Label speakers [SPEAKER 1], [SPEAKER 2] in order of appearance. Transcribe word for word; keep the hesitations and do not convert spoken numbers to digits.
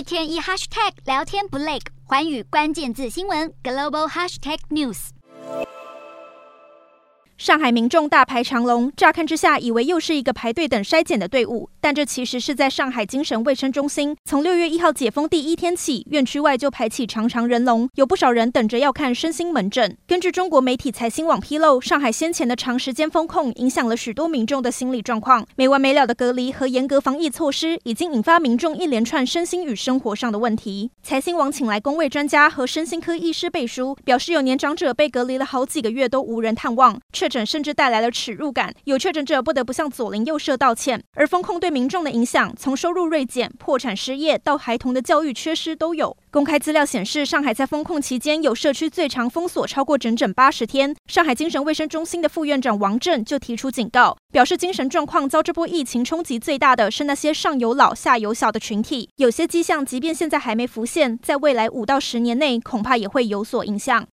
[SPEAKER 1] 天一 hashtag 聊天不累，寰宇关键字新闻 global hashtag news。
[SPEAKER 2] 上海民众大排长龙，乍看之下以为又是一个排队等筛检的队伍，但这其实是在上海精神卫生中心，从六月一号解封第一天起，院区外就排起长长人龙，有不少人等着要看身心门诊。根据中国媒体财新网披露，上海先前的长时间封控影响了许多民众的心理状况，没完没了的隔离和严格防疫措施，已经引发民众一连串身心与生活上的问题。财新网请来公卫专家和身心科医师背书，表示有年长者被隔离了好几个月都无人探望，确诊甚至带来了耻辱感，有确诊者不得不向左邻右舍道歉。而封控对民众的影响，从收入锐减、破产失业到孩童的教育缺失都有。公开资料显示，上海在封控期间有社区最长封锁超过整整八十天。上海精神卫生中心的副院长王震就提出警告，表示精神状况遭这波疫情冲击最大的是那些上有老下有小的群体，有些迹象即便现在还没浮现，在未来五到十年内恐怕也会有所影响。